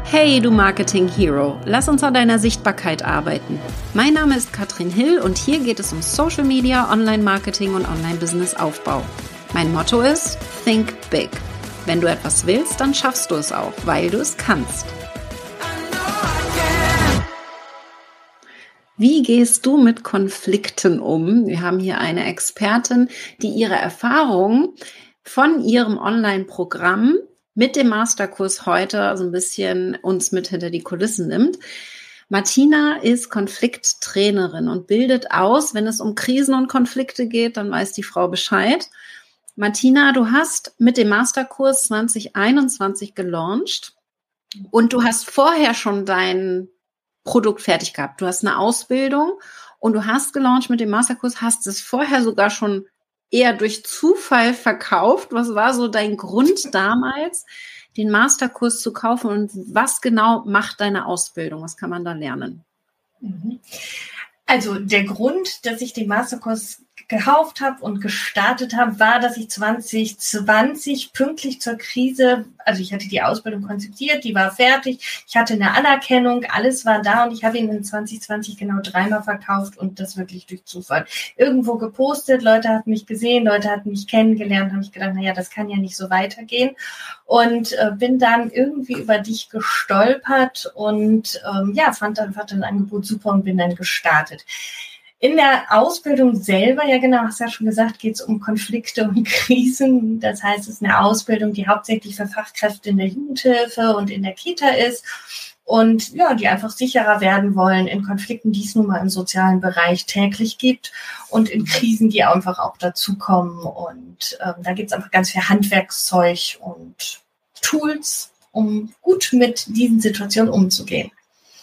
Hey, du Marketing Hero, lass uns an deiner Sichtbarkeit arbeiten. Mein Name ist Katrin Hill und hier geht es um Social Media, Online-Marketing und Online-Business-Aufbau. Mein Motto ist Think Big. Wenn du etwas willst, dann schaffst du es auch, weil du es kannst. Wie gehst du mit Konflikten um? Wir haben hier eine Expertin, die ihre Erfahrungen von ihrem Online-Programm mit dem Masterkurs heute so ein bisschen uns mit hinter die Kulissen nimmt. Martina ist Konflikttrainerin und bildet aus, wenn es um Krisen und Konflikte geht, dann weiß die Frau Bescheid. Martina, du hast mit dem Masterkurs 2021 gelauncht und du hast vorher schon dein Produkt fertig gehabt. Du hast eine Ausbildung und du hast gelauncht mit dem Masterkurs, hast es vorher sogar schon eher durch Zufall verkauft. Was war so dein Grund damals, den Masterkurs zu kaufen und was genau macht deine Ausbildung? Was kann man da lernen? Also der Grund, dass ich den Masterkurs gekauft habe und gestartet habe, war, dass ich 2020 pünktlich zur Krise, also ich hatte die Ausbildung konzipiert, die war fertig, ich hatte eine Anerkennung, alles war da und ich habe ihn in 2020 genau 3-mal verkauft und das wirklich durch Zufall. Irgendwo gepostet, Leute hatten mich gesehen, Leute hatten mich kennengelernt, habe ich gedacht, naja, das kann ja nicht so weitergehen und bin dann irgendwie über dich gestolpert und fand dann ein Angebot super und bin dann gestartet. In der Ausbildung selber, ja genau, hast ja schon gesagt, geht es um Konflikte und Krisen. Das heißt, es ist eine Ausbildung, die hauptsächlich für Fachkräfte in der Jugendhilfe und in der Kita ist und ja, die einfach sicherer werden wollen in Konflikten, die es nun mal im sozialen Bereich täglich gibt und in Krisen, die einfach auch dazukommen. Und da gibt es einfach ganz viel Handwerkszeug und Tools, um gut mit diesen Situationen umzugehen.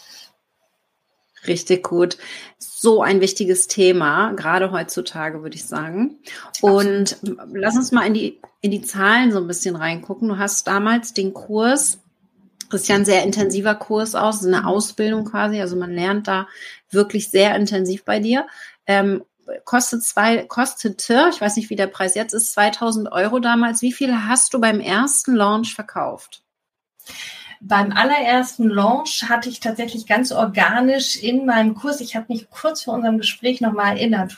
Richtig gut. So ein wichtiges Thema, gerade heutzutage, würde ich sagen. Und lass uns mal in die Zahlen so ein bisschen reingucken. Du hast damals den Kurs, das ist ja ein sehr intensiver Kurs aus, eine Ausbildung quasi, also man lernt da wirklich sehr intensiv bei dir. Kostete, ich weiß nicht, wie der Preis jetzt ist, 2.000 € damals. Wie viel hast du beim ersten Launch verkauft? Beim allerersten Launch hatte ich tatsächlich ganz organisch in meinem Kurs, ich habe mich kurz vor unserem Gespräch nochmal erinnert,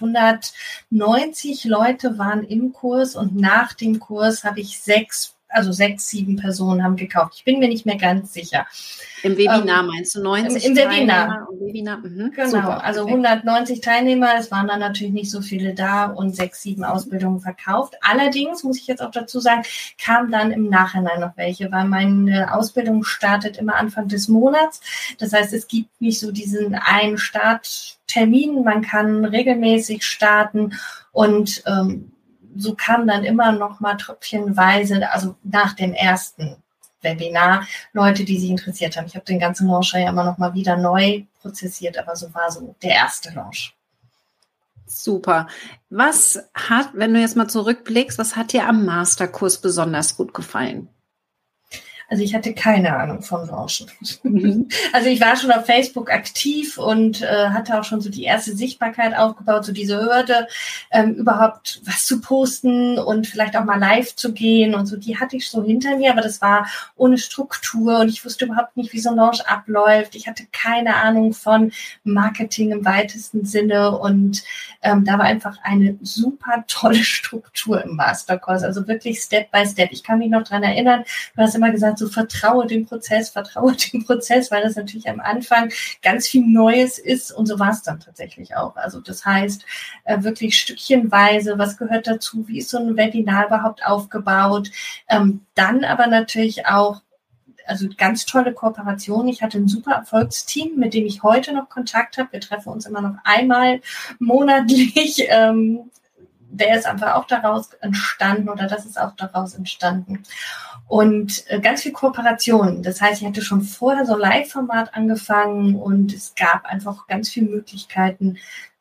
190 Leute waren im Kurs und nach dem Kurs habe ich 6, 7 Personen haben gekauft. Ich bin mir nicht mehr ganz sicher. Im Webinar meinst du 90 Im Webinar? Im Webinar. Genau, super, also 190 Teilnehmer, es waren dann natürlich nicht so viele da und 6, 7 Ausbildungen verkauft. Allerdings, muss ich jetzt auch dazu sagen, kamen dann im Nachhinein noch welche, weil meine Ausbildung startet immer Anfang des Monats. Das heißt, es gibt nicht so diesen einen Starttermin, man kann regelmäßig starten und so kamen dann immer noch mal tröpfchenweise, also nach dem ersten Webinar, Leute, die sich interessiert haben. Ich habe den ganzen Launch ja immer noch mal wieder neu prozessiert, aber so war so der erste Launch. Super. Wenn du jetzt mal zurückblickst, was hat dir am Masterkurs besonders gut gefallen? Also ich hatte keine Ahnung von Launchen. Also ich war schon auf Facebook aktiv und hatte auch schon so die erste Sichtbarkeit aufgebaut, so diese Hürde, überhaupt was zu posten und vielleicht auch mal live zu gehen und so, die hatte ich so hinter mir, aber das war ohne Struktur und ich wusste überhaupt nicht, wie so ein Launch abläuft. Ich hatte keine Ahnung von Marketing im weitesten Sinne und da war einfach eine super tolle Struktur im Masterkurs, also wirklich Step by Step. Ich kann mich noch dran erinnern, du hast immer gesagt, so vertraue dem Prozess, weil das natürlich am Anfang ganz viel Neues ist und so war es dann tatsächlich auch. Also das heißt, wirklich stückchenweise, was gehört dazu, wie ist so ein Webinar überhaupt aufgebaut, dann aber natürlich auch, also ganz tolle Kooperation. Ich hatte ein super Erfolgsteam, mit dem ich heute noch Kontakt habe. Wir treffen uns immer noch einmal monatlich. Der ist einfach auch daraus entstanden oder das ist auch daraus entstanden. Und ganz viel Kooperation. Das heißt, ich hatte schon vorher so ein Live-Format angefangen und es gab einfach ganz viele Möglichkeiten,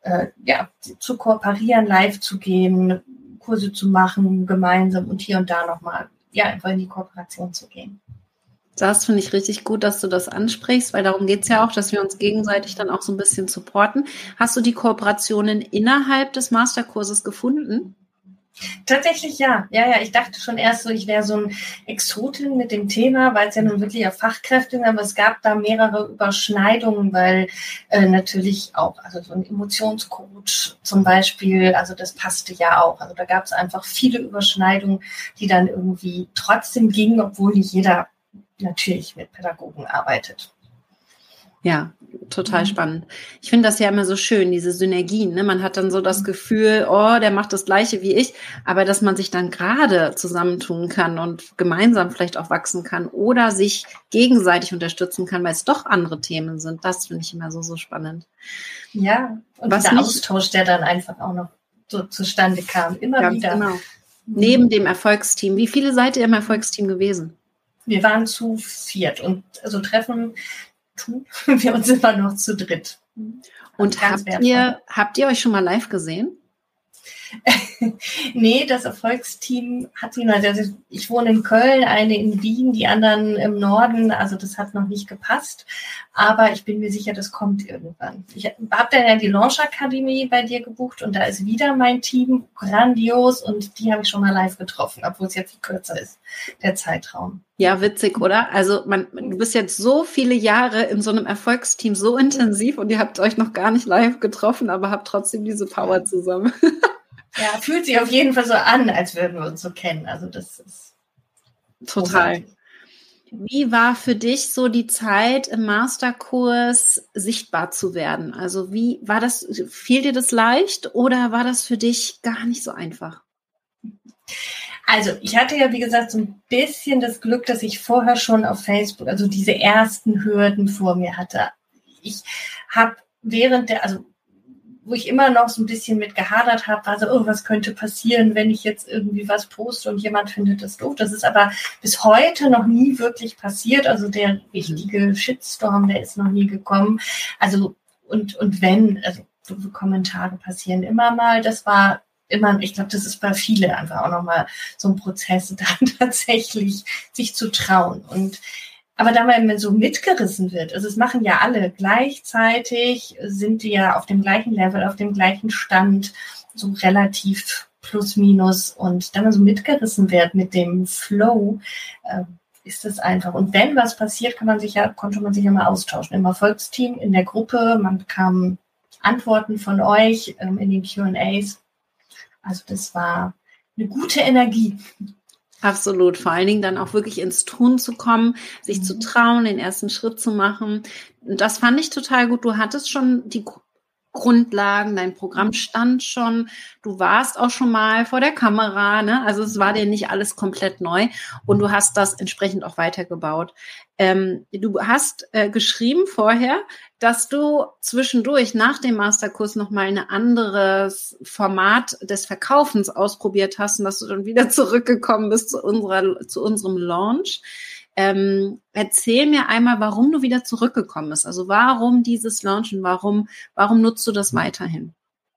zu kooperieren, live zu gehen, Kurse zu machen, gemeinsam und hier und da nochmal, einfach in die Kooperation zu gehen. Das finde ich richtig gut, dass du das ansprichst, weil darum geht es ja auch, dass wir uns gegenseitig dann auch so ein bisschen supporten. Hast du die Kooperationen innerhalb des Masterkurses gefunden? Tatsächlich ja. Ja, ich dachte schon erst so, ich wäre so ein Exotin mit dem Thema, weil es ja nun wirklich ja Fachkräfte sind, aber es gab da mehrere Überschneidungen, weil natürlich auch, also so ein Emotionscoach zum Beispiel, also das passte ja auch. Also da gab es einfach viele Überschneidungen, die dann irgendwie trotzdem gingen, obwohl nicht jeder natürlich mit Pädagogen arbeitet. Ja, total spannend. Ich finde das ja immer so schön, diese Synergien. Ne? Man hat dann so das Gefühl, oh, der macht das Gleiche wie ich, aber dass man sich dann gerade zusammentun kann und gemeinsam vielleicht auch wachsen kann oder sich gegenseitig unterstützen kann, weil es doch andere Themen sind. Das finde ich immer so spannend. Ja, und dieser Austausch, der dann einfach auch noch so zustande kam, immer wieder. Genau. Neben dem Erfolgsteam. Wie viele seid ihr im Erfolgsteam gewesen? Wir waren zu 4 und also treffen tun wir uns immer noch zu 3. Und habt ihr euch schon mal live gesehen? Nee, das Erfolgsteam hat sie, also ich wohne in Köln, eine in Wien, die anderen im Norden, also das hat noch nicht gepasst, aber ich bin mir sicher, das kommt irgendwann. Ich habe dann ja die Launch Akademie bei dir gebucht und da ist wieder mein Team, grandios, und die habe ich schon mal live getroffen, obwohl es jetzt viel kürzer ist, der Zeitraum. Ja, witzig, oder? Also du bist jetzt so viele Jahre in so einem Erfolgsteam so intensiv und ihr habt euch noch gar nicht live getroffen, aber habt trotzdem diese Power zusammen. Ja, fühlt sich auf jeden Fall so an, als würden wir uns so kennen. Also das ist total. Großartig. Wie war für dich so die Zeit im Masterkurs sichtbar zu werden? Also wie war das, fiel dir das leicht oder war das für dich gar nicht so einfach? Also ich hatte ja, wie gesagt, so ein bisschen das Glück, dass ich vorher schon auf Facebook, also diese ersten Hürden vor mir hatte. Ich habe wo ich immer noch so ein bisschen mit gehadert habe, war so, oh, was könnte passieren, wenn ich jetzt irgendwie was poste und jemand findet das doof. Das ist aber bis heute noch nie wirklich passiert. Also der richtige Shitstorm, der ist noch nie gekommen. Also und wenn, also doofe Kommentare passieren immer mal. Das war immer, ich glaube, das ist bei vielen einfach auch nochmal so ein Prozess, dann tatsächlich sich zu trauen. Aber da man so mitgerissen wird, also es machen ja alle gleichzeitig, sind die ja auf dem gleichen Level, auf dem gleichen Stand, so relativ plus minus, und da man so mitgerissen wird mit dem Flow, ist das einfach. Und wenn was passiert, konnte man sich ja mal austauschen. Im Erfolgsteam, in der Gruppe, man bekam Antworten von euch in den Q&As. Also das war eine gute Energie. Absolut, vor allen Dingen dann auch wirklich ins Tun zu kommen, sich zu trauen, den ersten Schritt zu machen. Und das fand ich total gut. Du hattest schon die Grundlagen, dein Programm stand schon, du warst auch schon mal vor der Kamera, ne? Also es war dir nicht alles komplett neu und du hast das entsprechend auch weitergebaut. Du hast geschrieben vorher, dass du zwischendurch nach dem Masterkurs nochmal ein anderes Format des Verkaufens ausprobiert hast und dass du dann wieder zurückgekommen bist zu unserem Launch. Erzähl mir einmal, warum du wieder zurückgekommen bist. Also warum dieses Launchen? Warum nutzt du das weiterhin?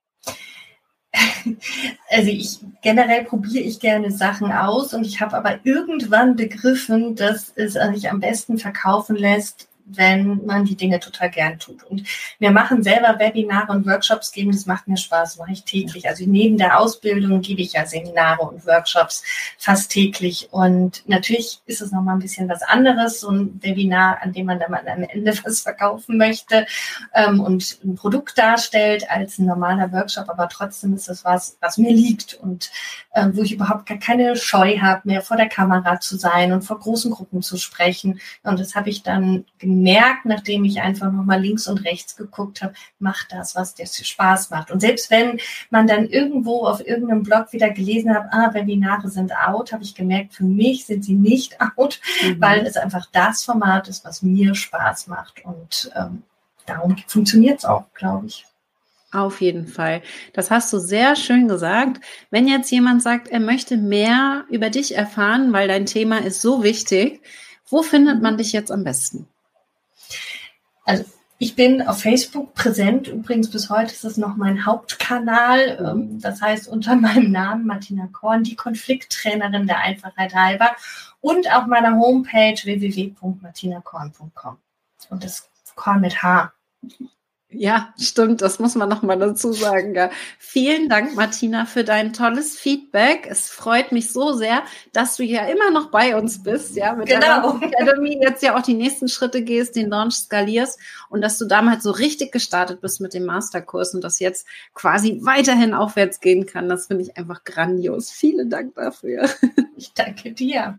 Also generell probiere ich gerne Sachen aus und ich habe aber irgendwann begriffen, dass es sich am besten verkaufen lässt, wenn man die Dinge total gern tut. Und wir machen selber Webinare und Workshops geben, das macht mir Spaß, das mache ich täglich. Also neben der Ausbildung gebe ich ja Seminare und Workshops fast täglich. Und natürlich ist es nochmal ein bisschen was anderes, so ein Webinar, an dem man dann mal am Ende was verkaufen möchte und ein Produkt darstellt, als ein normaler Workshop. Aber trotzdem ist es was mir liegt und wo ich überhaupt gar keine Scheu habe, mehr vor der Kamera zu sein und vor großen Gruppen zu sprechen. Und das habe ich dann gemerkt, nachdem ich einfach nochmal links und rechts geguckt habe, macht das, was dir Spaß macht. Und selbst wenn man dann irgendwo auf irgendeinem Blog wieder gelesen hat, Webinare sind out, habe ich gemerkt, für mich sind sie nicht out, weil es einfach das Format ist, was mir Spaß macht. Und darum funktioniert es auch, glaube ich. Auf jeden Fall. Das hast du sehr schön gesagt. Wenn jetzt jemand sagt, er möchte mehr über dich erfahren, weil dein Thema ist so wichtig, wo findet man dich jetzt am besten? Also ich bin auf Facebook präsent. Übrigens bis heute ist es noch mein Hauptkanal. Das heißt unter meinem Namen Martina Korn, die Konflikttrainerin der Einfachheit halber, und auf meiner Homepage www.martinakorn.com. Und das Korn mit H. Ja, stimmt, das muss man noch mal dazu sagen. Ja. Vielen Dank, Martina, für dein tolles Feedback. Es freut mich so sehr, dass du ja immer noch bei uns bist, ja, mit der Academy jetzt ja auch die nächsten Schritte gehst, den Launch skalierst und dass du damals so richtig gestartet bist mit dem Masterkurs und das jetzt quasi weiterhin aufwärts gehen kann. Das finde ich einfach grandios. Vielen Dank dafür. Ich danke dir.